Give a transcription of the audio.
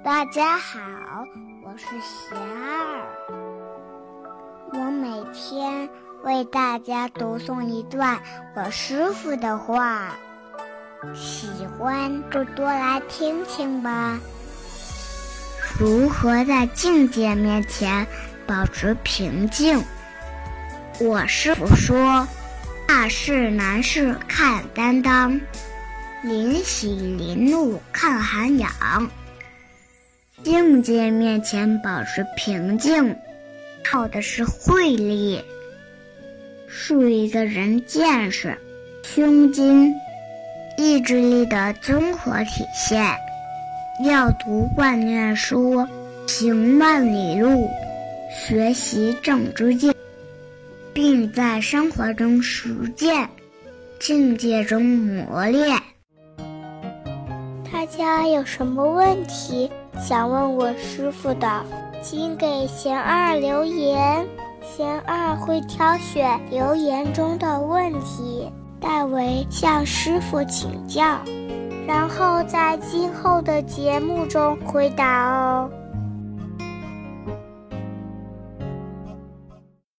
大家好，我是贤儿。我每天为大家读诵一段我师父的话，喜欢就多来听听吧。如何在境界面前保持平静？我师父说，大事难事看担当，临喜临怒看涵养。境界面前保持平静，靠的是慧力，是一个人见识、胸襟、意志力的综合体现。要读万卷书，行万里路，学习正知见，并在生活中实践，境界中磨练。大家有什么问题想问我师父的，请给贤二留言，贤二会挑选留言中的问题，代为向师父请教，然后在今后的节目中回答哦。